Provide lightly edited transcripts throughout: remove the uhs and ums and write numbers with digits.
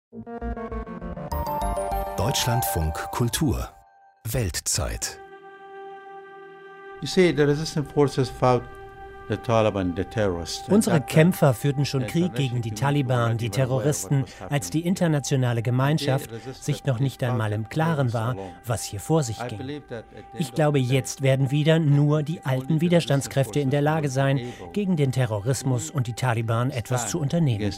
Deutschlandfunk Kultur Weltzeit. Unsere Kämpfer führten schon Krieg gegen die Taliban, die Terroristen, als die internationale Gemeinschaft sich noch nicht einmal im Klaren war, was hier vor sich ging. Ich glaube, jetzt werden wieder nur die alten Widerstandskräfte in der Lage sein, gegen den Terrorismus und die Taliban etwas zu unternehmen.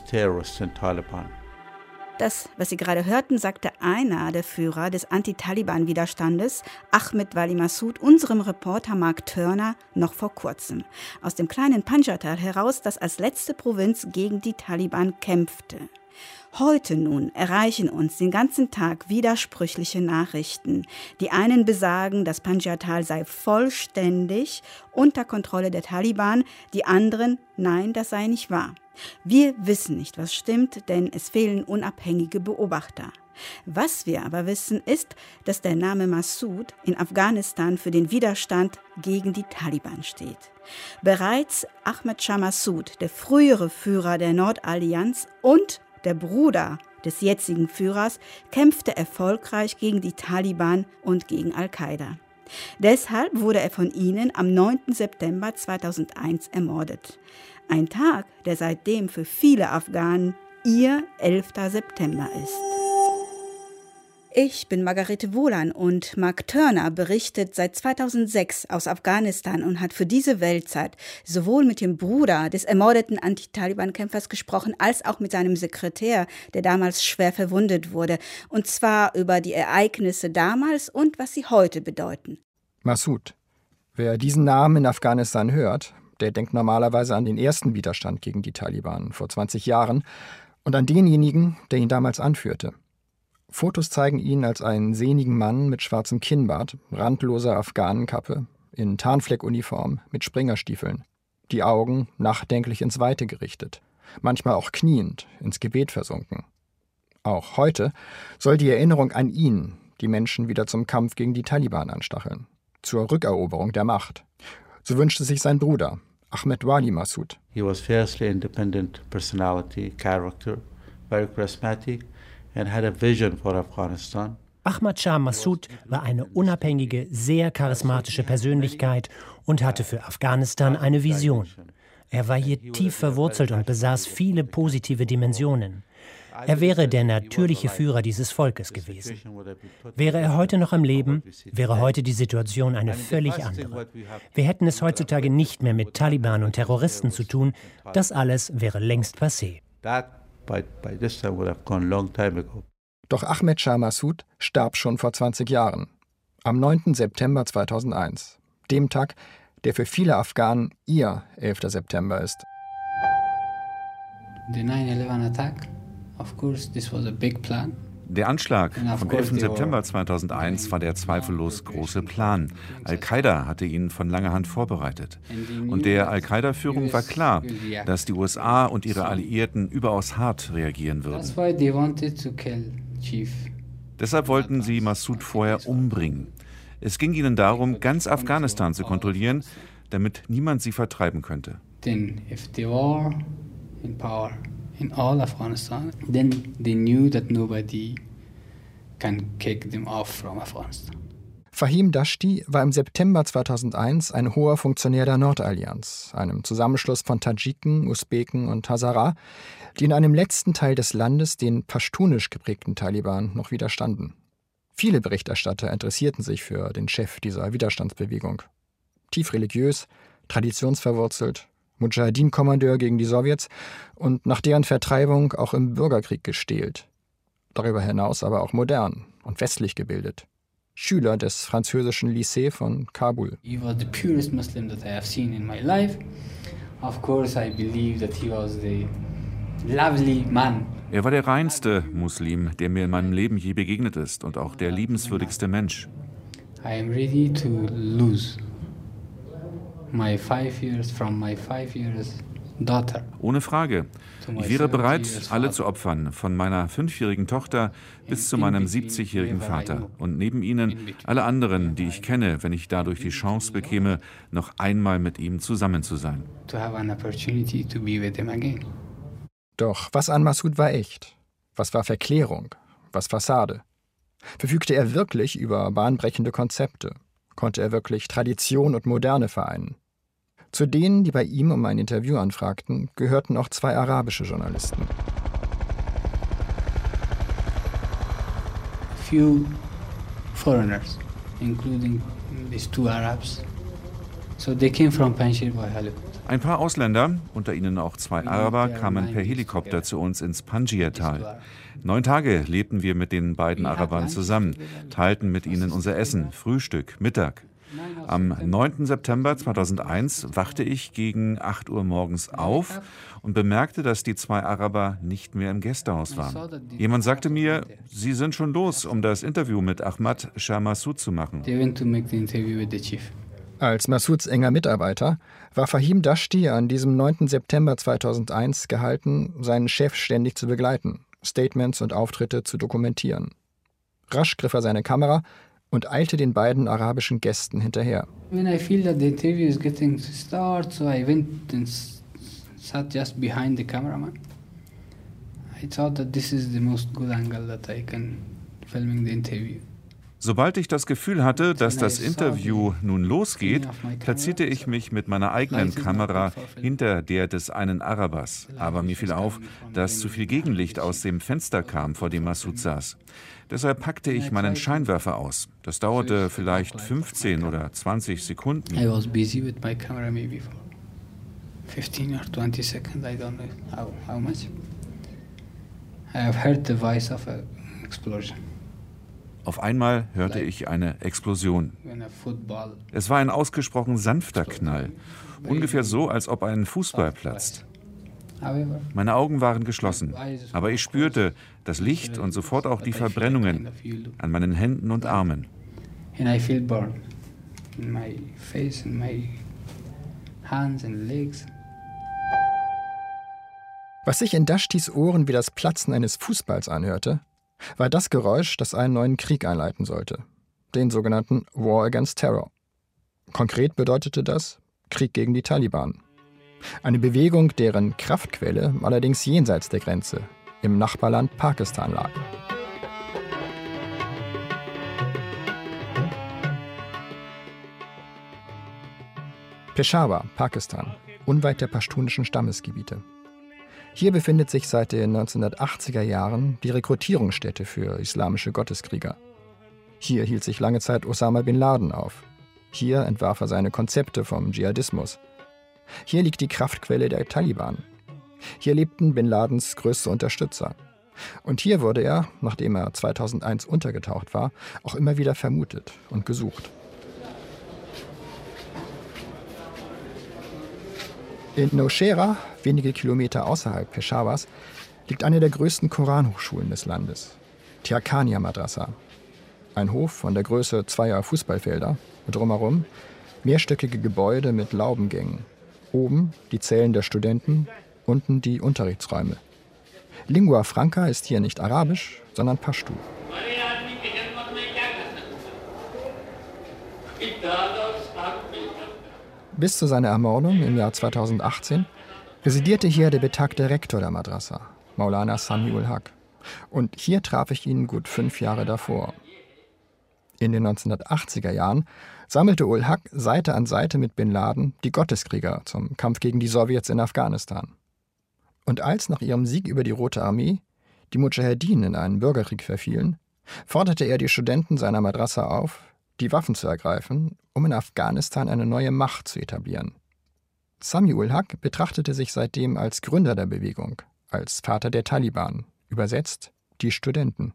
Das, was Sie gerade hörten, sagte einer der Führer des Anti-Taliban-Widerstandes, Ahmed Wali Massoud, unserem Reporter Mark Turner noch vor kurzem. Aus dem kleinen Panjshir heraus, das als letzte Provinz gegen die Taliban kämpfte. Heute nun erreichen uns den ganzen Tag widersprüchliche Nachrichten. Die einen besagen, das Panjshir-Tal sei vollständig unter Kontrolle der Taliban, die anderen, nein, das sei nicht wahr. Wir wissen nicht, was stimmt, denn es fehlen unabhängige Beobachter. Was wir aber wissen, ist, dass der Name Massoud in Afghanistan für den Widerstand gegen die Taliban steht. Bereits Ahmed Shah Massoud, der frühere Führer der Nordallianz und der Bruder des jetzigen Führers, kämpfte erfolgreich gegen die Taliban und gegen Al-Qaida. Deshalb wurde er von ihnen am 9. September 2001 ermordet. Ein Tag, der seitdem für viele Afghanen ihr 11. September ist. Ich bin Margarete Wohlan und Mark Turner berichtet seit 2006 aus Afghanistan und hat für diese Weltzeit sowohl mit dem Bruder des ermordeten Anti-Taliban-Kämpfers gesprochen, als auch mit seinem Sekretär, der damals schwer verwundet wurde. Und zwar über die Ereignisse damals und was sie heute bedeuten. Massoud. Wer diesen Namen in Afghanistan hört, der denkt normalerweise an den ersten Widerstand gegen die Taliban vor 20 Jahren und an denjenigen, der ihn damals anführte. Fotos zeigen ihn als einen sehnigen Mann mit schwarzem Kinnbart, randloser Afghanenkappe, in Tarnfleckuniform mit Springerstiefeln, die Augen nachdenklich ins Weite gerichtet, manchmal auch kniend, ins Gebet versunken. Auch heute soll die Erinnerung an ihn die Menschen wieder zum Kampf gegen die Taliban anstacheln, zur Rückeroberung der Macht. So wünschte sich sein Bruder, Ahmed Wali Massoud. He was fiercely independent personality, character, very charismatic and had a vision for Afghanistan. Ahmad Shah Massoud war eine unabhängige, sehr charismatische Persönlichkeit und hatte für Afghanistan eine Vision. Er war hier tief verwurzelt und besaß viele positive Dimensionen. Er wäre der natürliche Führer dieses Volkes gewesen. Wäre er heute noch am Leben, wäre heute die Situation eine völlig andere. Wir hätten es heutzutage nicht mehr mit Taliban und Terroristen zu tun. Das alles wäre längst passé. Doch Ahmed Shah Massoud starb schon vor 20 Jahren. Am 9. September 2001. Dem Tag, der für viele Afghanen ihr 11. September ist. The 9/11 attack. Of course, this was a big plan. Der Anschlag vom 11. September 2001 war der zweifellos große Plan. Al-Qaida hatte ihn von langer Hand vorbereitet. Und der Al-Qaida-Führung war klar, dass die USA und ihre Alliierten überaus hart reagieren würden. Deshalb wollten sie Massoud vorher umbringen. Es ging ihnen darum, ganz Afghanistan zu kontrollieren, damit niemand sie vertreiben könnte. In all Afghanistan, then they knew that nobody can kick them off from Afghanistan. Fahim Dashti war im September 2001 ein hoher Funktionär der Nordallianz, einem Zusammenschluss von Tadschiken, Usbeken und Hazara, die in einem letzten Teil des Landes den paschtunisch geprägten Taliban noch widerstanden. Viele Berichterstatter interessierten sich für den Chef dieser Widerstandsbewegung. Tief religiös, traditionsverwurzelt, Mujahedin-Kommandeur gegen die Sowjets und nach deren Vertreibung auch im Bürgerkrieg gestählt. Darüber hinaus aber auch modern und westlich gebildet. Schüler des französischen Lycée von Kabul. He was the purest Muslim that I have seen in my life. Of course I believe that he was the lovely man. Er war der reinste Muslim, der mir in meinem Leben je begegnet ist und auch der liebenswürdigste Mensch. I am ready to lose my 5 years from my 5 years daughter. Ohne Frage. Ich wäre bereit, alle zu opfern, von meiner 5-jährigen Tochter bis zu meinem 70-jährigen Vater. Und neben ihnen alle anderen, die ich kenne, wenn ich dadurch die Chance bekäme, noch einmal mit ihm zusammen zu sein. Doch was an Massoud war echt? Was war Verklärung? Was Fassade? Verfügte er wirklich über bahnbrechende Konzepte? Konnte er wirklich Tradition und Moderne vereinen? Zu denen, die bei ihm um ein Interview anfragten, gehörten auch 2 arabische Journalisten. Few foreigners, including these 2 Arabs. So they came from Panjshir by helicopter. Ein paar Ausländer, unter ihnen auch 2 Araber, kamen per Helikopter zu uns ins Panjshir-Tal. 9 Tage lebten wir mit den beiden Arabern zusammen, teilten mit ihnen unser Essen, Frühstück, Mittag. Am 9. September 2001 wachte ich gegen 8 Uhr morgens auf und bemerkte, dass die 2 Araber nicht mehr im Gästehaus waren. Jemand sagte mir, sie sind schon los, um das Interview mit Ahmad Shah Massoud zu machen. Als Massouds enger Mitarbeiter war Fahim Dashti an diesem 9. September 2001 gehalten, seinen Chef ständig zu begleiten, Statements und Auftritte zu dokumentieren. Rasch griff er seine Kamera und eilte den beiden arabischen Gästen hinterher. When I feel that the interview is getting to start, so I went and sat just behind the cameraman. I thought that this is the most good angle that I can filming the interview. Sobald ich das Gefühl hatte, dass das Interview nun losgeht, platzierte ich mich mit meiner eigenen Kamera hinter der des einen Arabers. Aber mir fiel auf, dass zu viel Gegenlicht aus dem Fenster kam, vor dem Massoud saß. Deshalb packte ich meinen Scheinwerfer aus. Das dauerte vielleicht 15 oder 20 Sekunden. I was busy with my camera maybe for 15 or 20 seconds, I don't know how much. I have heard the voice of an explosion. Auf einmal hörte ich eine Explosion. Es war ein ausgesprochen sanfter Knall, ungefähr so, als ob ein Fußball platzt. Meine Augen waren geschlossen, aber ich spürte das Licht und sofort auch die Verbrennungen an meinen Händen und Armen. Was sich in Dashtis Ohren wie das Platzen eines Fußballs anhörte, war das Geräusch, das einen neuen Krieg einleiten sollte, den sogenannten War Against Terror. Konkret bedeutete das Krieg gegen die Taliban. Eine Bewegung, deren Kraftquelle allerdings jenseits der Grenze, im Nachbarland Pakistan lag. Peshawar, Pakistan, unweit der paschtunischen Stammesgebiete. Hier befindet sich seit den 1980er Jahren die Rekrutierungsstätte für islamische Gotteskrieger. Hier hielt sich lange Zeit Osama bin Laden auf. Hier entwarf er seine Konzepte vom Dschihadismus. Hier liegt die Kraftquelle der Taliban. Hier lebten bin Ladens größte Unterstützer. Und hier wurde er, nachdem er 2001 untergetaucht war, auch immer wieder vermutet und gesucht. In Nowshera, wenige Kilometer außerhalb Peshawars, liegt eine der größten Koranhochschulen des Landes, die Haqqaniya Madrasa. Ein Hof von der Größe 2 Fußballfelder, drumherum mehrstöckige Gebäude mit Laubengängen. Oben die Zellen der Studenten, unten die Unterrichtsräume. Lingua franca ist hier nicht Arabisch, sondern Pashtu. Bis zu seiner Ermordung im Jahr 2018 residierte hier der betagte Rektor der Madrasa, Maulana Sami-ul-Haq. Und hier traf ich ihn gut 5 Jahre davor. In den 1980er Jahren sammelte ul-Haq Seite an Seite mit Bin Laden die Gotteskrieger zum Kampf gegen die Sowjets in Afghanistan. Und als nach ihrem Sieg über die Rote Armee die Mudschahedin in einen Bürgerkrieg verfielen, forderte er die Studenten seiner Madrasa auf, die Waffen zu ergreifen, um in Afghanistan eine neue Macht zu etablieren. Sami-ul-Haq betrachtete sich seitdem als Gründer der Bewegung, als Vater der Taliban, übersetzt die Studenten.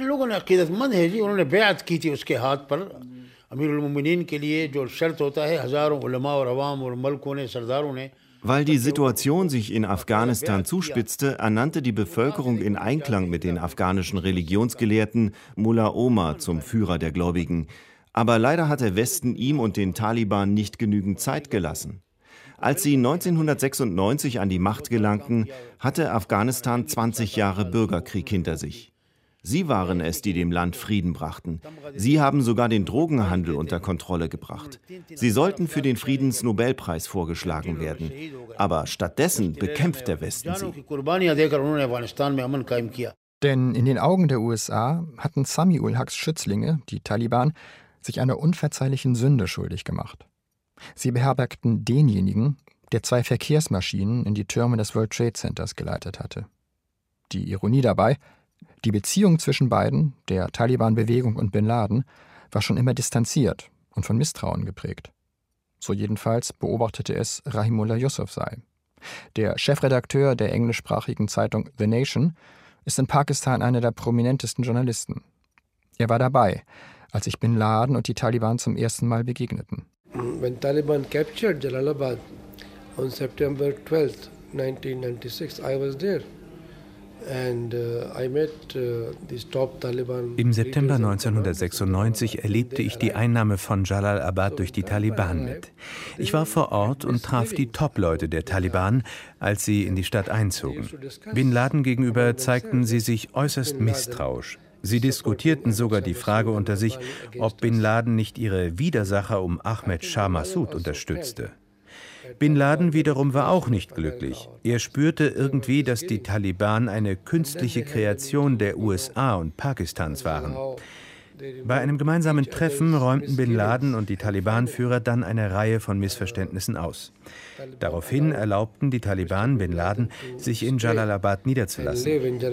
Weil die Situation sich in Afghanistan zuspitzte, ernannte die Bevölkerung in Einklang mit den afghanischen Religionsgelehrten Mullah Omar zum Führer der Gläubigen. Aber leider hat der Westen ihm und den Taliban nicht genügend Zeit gelassen. Als sie 1996 an die Macht gelangten, hatte Afghanistan 20 Jahre Bürgerkrieg hinter sich. Sie waren es, die dem Land Frieden brachten. Sie haben sogar den Drogenhandel unter Kontrolle gebracht. Sie sollten für den Friedensnobelpreis vorgeschlagen werden. Aber stattdessen bekämpft der Westen sie. Denn in den Augen der USA hatten Sami-ul-Haqs Schützlinge, die Taliban, sich einer unverzeihlichen Sünde schuldig gemacht. Sie beherbergten denjenigen, der 2 Verkehrsmaschinen in die Türme des World Trade Centers geleitet hatte. Die Ironie dabei: Die Beziehung zwischen beiden, der Taliban-Bewegung und Bin Laden, war schon immer distanziert und von Misstrauen geprägt. So jedenfalls beobachtete es Rahimullah Yousafzai. Der Chefredakteur der englischsprachigen Zeitung The Nation ist in Pakistan einer der prominentesten Journalisten. Er war dabei, als sich Bin Laden und die Taliban zum ersten Mal begegneten. When Taliban captured Jalalabad on September 12, 1996, I was there. Im September 1996 erlebte ich die Einnahme von Jalalabad durch die Taliban mit. Ich war vor Ort und traf die Top-Leute der Taliban, als sie in die Stadt einzogen. Bin Laden gegenüber zeigten sie sich äußerst misstrauisch. Sie diskutierten sogar die Frage unter sich, ob Bin Laden nicht ihre Widersacher um Ahmed Shah Massoud unterstützte. Bin Laden wiederum war auch nicht glücklich. Er spürte irgendwie, dass die Taliban eine künstliche Kreation der USA und Pakistans waren. Bei einem gemeinsamen Treffen räumten Bin Laden und die Taliban-Führer dann eine Reihe von Missverständnissen aus. Daraufhin erlaubten die Taliban Bin Laden, sich in Jalalabad niederzulassen.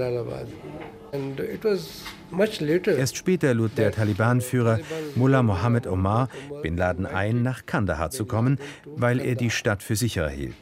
Erst später lud der Taliban-Führer Mullah Mohammed Omar Bin Laden ein, nach Kandahar zu kommen, weil er die Stadt für sicherer hielt.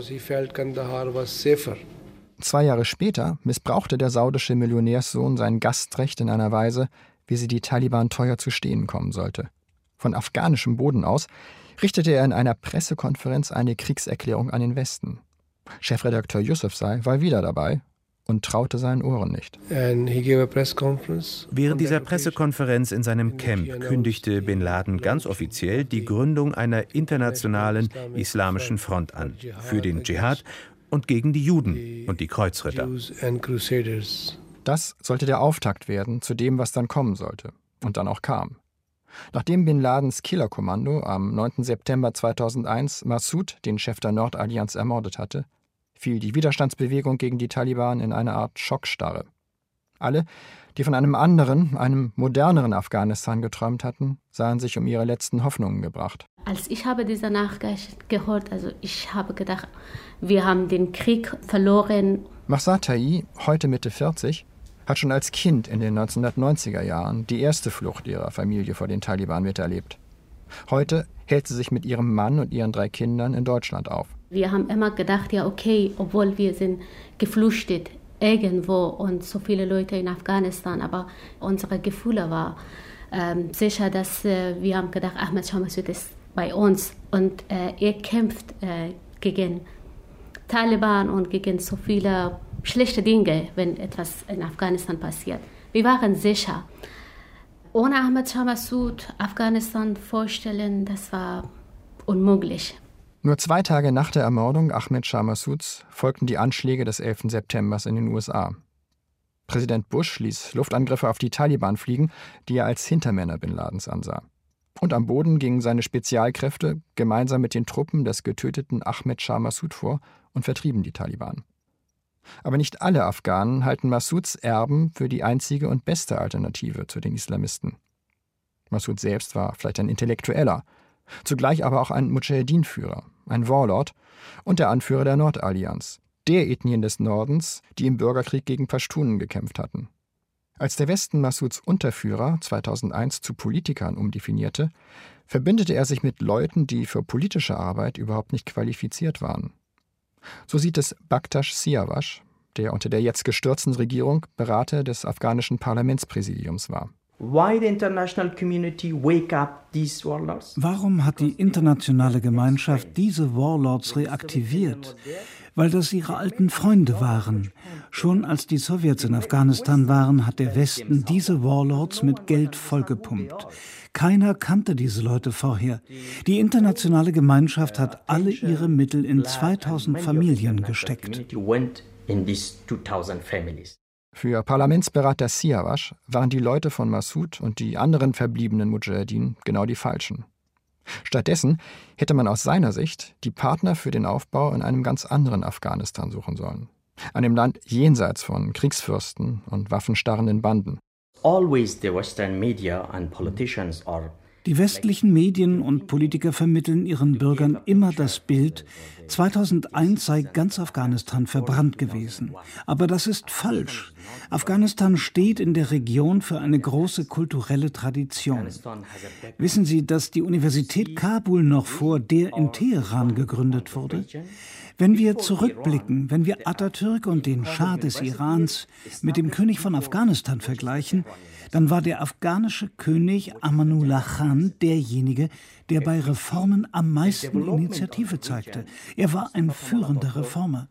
2 Jahre später missbrauchte der saudische Millionärssohn sein Gastrecht in einer Weise, wie sie die Taliban teuer zu stehen kommen sollte. Von afghanischem Boden aus richtete er in einer Pressekonferenz eine Kriegserklärung an den Westen. Chefredakteur Yousafzai war wieder dabei und traute seinen Ohren nicht. Während dieser Pressekonferenz in seinem Camp kündigte Bin Laden ganz offiziell die Gründung einer internationalen islamischen Front an, für den Dschihad und gegen die Juden und die Kreuzritter. Das sollte der Auftakt werden zu dem, was dann kommen sollte. Und dann auch kam. Nachdem Bin Ladens Killerkommando am 9. September 2001 Massoud, den Chef der Nordallianz, ermordet hatte, fiel die Widerstandsbewegung gegen die Taliban in eine Art Schockstarre. Alle, die von einem anderen, einem moderneren Afghanistan geträumt hatten, sahen sich um ihre letzten Hoffnungen gebracht. Als ich habe diese Nachricht gehört, ich habe gedacht, wir haben den Krieg verloren. Mahsa Tai, heute Mitte 40, hat schon als Kind in den 1990er Jahren die erste Flucht ihrer Familie vor den Taliban miterlebt. Heute hält sie sich mit ihrem Mann und ihren 3 Kindern in Deutschland auf. Wir haben immer gedacht, ja okay, obwohl wir sind geflüchtet irgendwo und so viele Leute in Afghanistan, aber unsere Gefühle waren sicher, dass wir haben gedacht, Ahmed Shah Massoud ist bei uns und er kämpft gegen Taliban und gegen so viele schlechte Dinge, wenn etwas in Afghanistan passiert. Wir waren sicher. Ohne Ahmed Shah Massoud Afghanistan vorstellen, das war unmöglich. Nur 2 Tage nach der Ermordung Ahmed Shah Massouds folgten die Anschläge des 11. September in den USA. Präsident Bush ließ Luftangriffe auf die Taliban fliegen, die er als Hintermänner Bin Ladens ansah. Und am Boden gingen seine Spezialkräfte gemeinsam mit den Truppen des getöteten Ahmed Shah Massoud vor und vertrieben die Taliban. Aber nicht alle Afghanen halten Massouds Erben für die einzige und beste Alternative zu den Islamisten. Massoud selbst war vielleicht ein Intellektueller, zugleich aber auch ein Mudschahedin-Führer, ein Warlord und der Anführer der Nordallianz, der Ethnien des Nordens, die im Bürgerkrieg gegen Pashtunen gekämpft hatten. Als der Westen Massouds Unterführer 2001 zu Politikern umdefinierte, verbündete er sich mit Leuten, die für politische Arbeit überhaupt nicht qualifiziert waren. So sieht es Baktash Siavash, der unter der jetzt gestürzten Regierung Berater des afghanischen Parlamentspräsidiums war. Warum hat die internationale Gemeinschaft diese Warlords reaktiviert? Weil das ihre alten Freunde waren. Schon als die Sowjets in Afghanistan waren, hat der Westen diese Warlords mit Geld vollgepumpt. Keiner kannte diese Leute vorher. Die internationale Gemeinschaft hat alle ihre Mittel in 2000 Familien gesteckt. Für Parlamentsberater Siavash waren die Leute von Massoud und die anderen verbliebenen Mudschahedin genau die falschen. Stattdessen hätte man aus seiner Sicht die Partner für den Aufbau in einem ganz anderen Afghanistan suchen sollen. Einem Land jenseits von Kriegsfürsten und waffenstarrenden Banden. Die westlichen Medien und Politiker vermitteln ihren Bürgern immer das Bild, 2001 sei ganz Afghanistan verbrannt gewesen. Aber das ist falsch. Afghanistan steht in der Region für eine große kulturelle Tradition. Wissen Sie, dass die Universität Kabul noch vor der in Teheran gegründet wurde? Wenn wir zurückblicken, wenn wir Atatürk und den Schah des Irans mit dem König von Afghanistan vergleichen, dann war der afghanische König Amanullah Khan derjenige, der bei Reformen am meisten Initiative zeigte. Er war ein führender Reformer.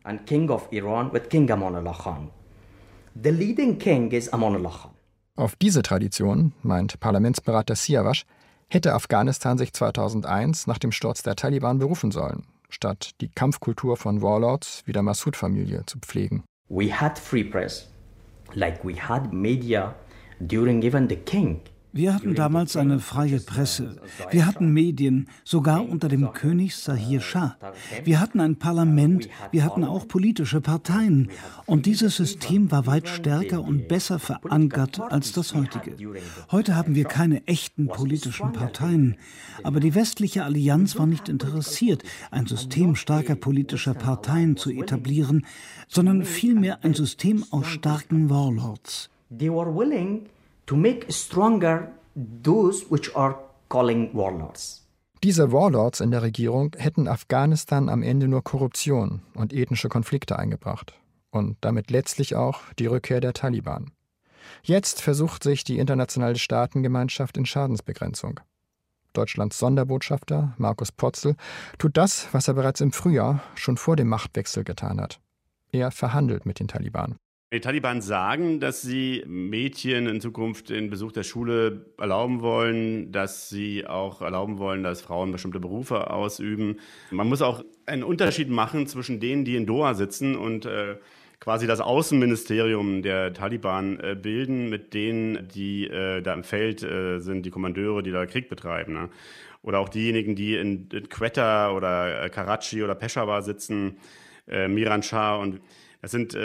Auf diese Tradition, meint Parlamentsberater Siavash, hätte Afghanistan sich 2001 nach dem Sturz der Taliban berufen sollen, statt die Kampfkultur von Warlords wie der Massoud-Familie zu pflegen. We had free press, like we had media during even the king. Wir hatten damals eine freie Presse. Wir hatten Medien, sogar unter dem König Zahir Schah. Wir hatten ein Parlament, wir hatten auch politische Parteien. Und dieses System war weit stärker und besser verankert als das heutige. Heute haben wir keine echten politischen Parteien. Aber die westliche Allianz war nicht interessiert, ein System starker politischer Parteien zu etablieren, sondern vielmehr ein System aus starken Warlords. They were willing to make stronger those which are calling warlords. Diese Warlords in der Regierung hätten Afghanistan am Ende nur Korruption und ethnische Konflikte eingebracht. Und damit letztlich auch die Rückkehr der Taliban. Jetzt versucht sich die internationale Staatengemeinschaft in Schadensbegrenzung. Deutschlands Sonderbotschafter Markus Potzel tut das, was er bereits im Frühjahr schon vor dem Machtwechsel getan hat. Er verhandelt mit den Taliban. Die Taliban sagen, dass sie Mädchen in Zukunft den Besuch der Schule erlauben wollen, dass sie auch erlauben wollen, dass Frauen bestimmte Berufe ausüben. Man muss auch einen Unterschied machen zwischen denen, die in Doha sitzen und quasi das Außenministerium der Taliban bilden, mit denen, die da im Feld sind, die Kommandeure, die da Krieg betreiben. Ne? Oder auch diejenigen, die in Quetta oder Karachi oder Peshawar sitzen, Miran Shah und das sind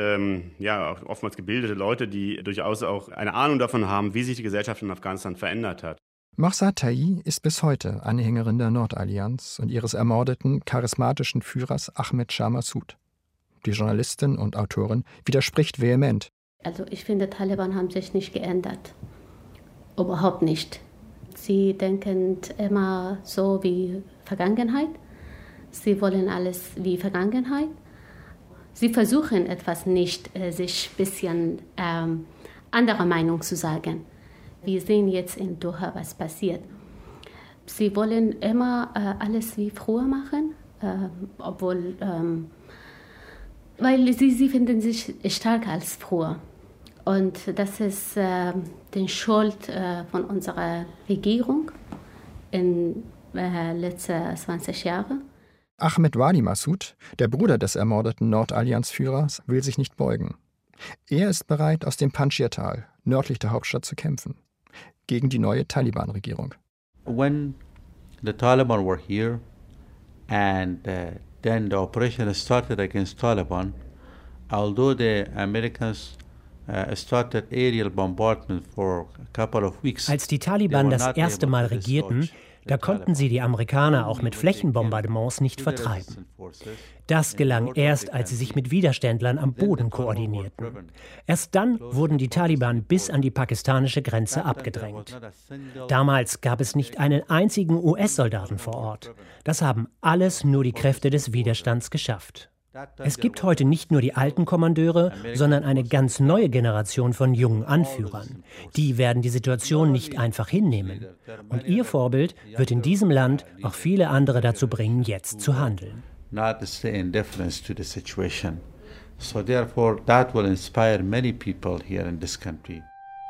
oftmals gebildete Leute, die durchaus auch eine Ahnung davon haben, wie sich die Gesellschaft in Afghanistan verändert hat. Mahsa Tayi ist bis heute Anhängerin der Nordallianz und ihres ermordeten, charismatischen Führers Ahmed Shah Massoud. Die Journalistin und Autorin widerspricht vehement. Also ich finde, Taliban haben sich nicht geändert. Überhaupt nicht. Sie denken immer so wie Vergangenheit. Sie wollen alles wie Vergangenheit. Sie versuchen etwas nicht, sich ein bisschen anderer Meinung zu sagen. Wir sehen jetzt in Doha, was passiert. Sie wollen immer alles wie früher machen, weil sie finden sich stärker als früher. Und das ist die Schuld von unserer Regierung in den letzten 20 Jahren. Ahmed Wali Massoud, der Bruder des ermordeten Nordallianz-Führers, will sich nicht beugen. Er ist bereit, aus dem Panjshir-Tal, nördlich der Hauptstadt, zu kämpfen. Gegen die neue Taliban-Regierung. When the Taliban were here and then the operation started against Taliban, although the Americans started aerial bombardment for a couple of weeks. Als die Taliban das erste Mal regierten, da konnten sie die Amerikaner auch mit Flächenbombardements nicht vertreiben. Das gelang erst, als sie sich mit Widerständlern am Boden koordinierten. Erst dann wurden die Taliban bis an die pakistanische Grenze abgedrängt. Damals gab es nicht einen einzigen US-Soldaten vor Ort. Das haben alles nur die Kräfte des Widerstands geschafft. Es gibt heute nicht nur die alten Kommandeure, sondern eine ganz neue Generation von jungen Anführern. Die werden die Situation nicht einfach hinnehmen. Und ihr Vorbild wird in diesem Land auch viele andere dazu bringen, jetzt zu handeln. So therefore that will inspire many people here in this country.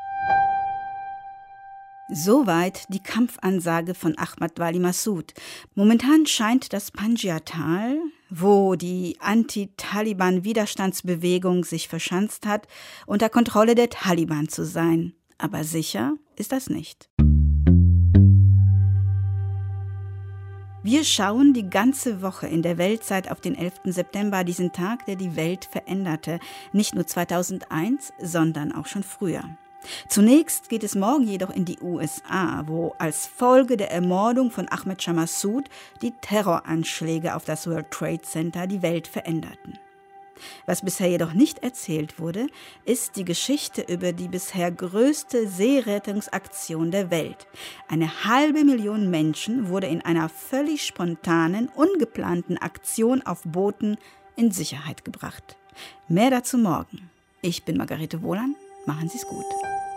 Soweit die Kampfansage von Ahmed Wali Massoud. Momentan scheint das Panjshir-Tal, wo die Anti-Taliban-Widerstandsbewegung sich verschanzt hat, unter Kontrolle der Taliban zu sein. Aber sicher ist das nicht. Wir schauen die ganze Woche in der Weltzeit auf den 11. September, diesen Tag, der die Welt veränderte. Nicht nur 2001, sondern auch schon früher. Zunächst geht es morgen jedoch in die USA, wo als Folge der Ermordung von Ahmed Shah Massoud die Terroranschläge auf das World Trade Center die Welt veränderten. Was bisher jedoch nicht erzählt wurde, ist die Geschichte über die bisher größte Seerettungsaktion der Welt. 500.000 Menschen wurde in einer völlig spontanen, ungeplanten Aktion auf Booten in Sicherheit gebracht. Mehr dazu morgen. Ich bin Margarete Wohlan. Machen Sie es gut.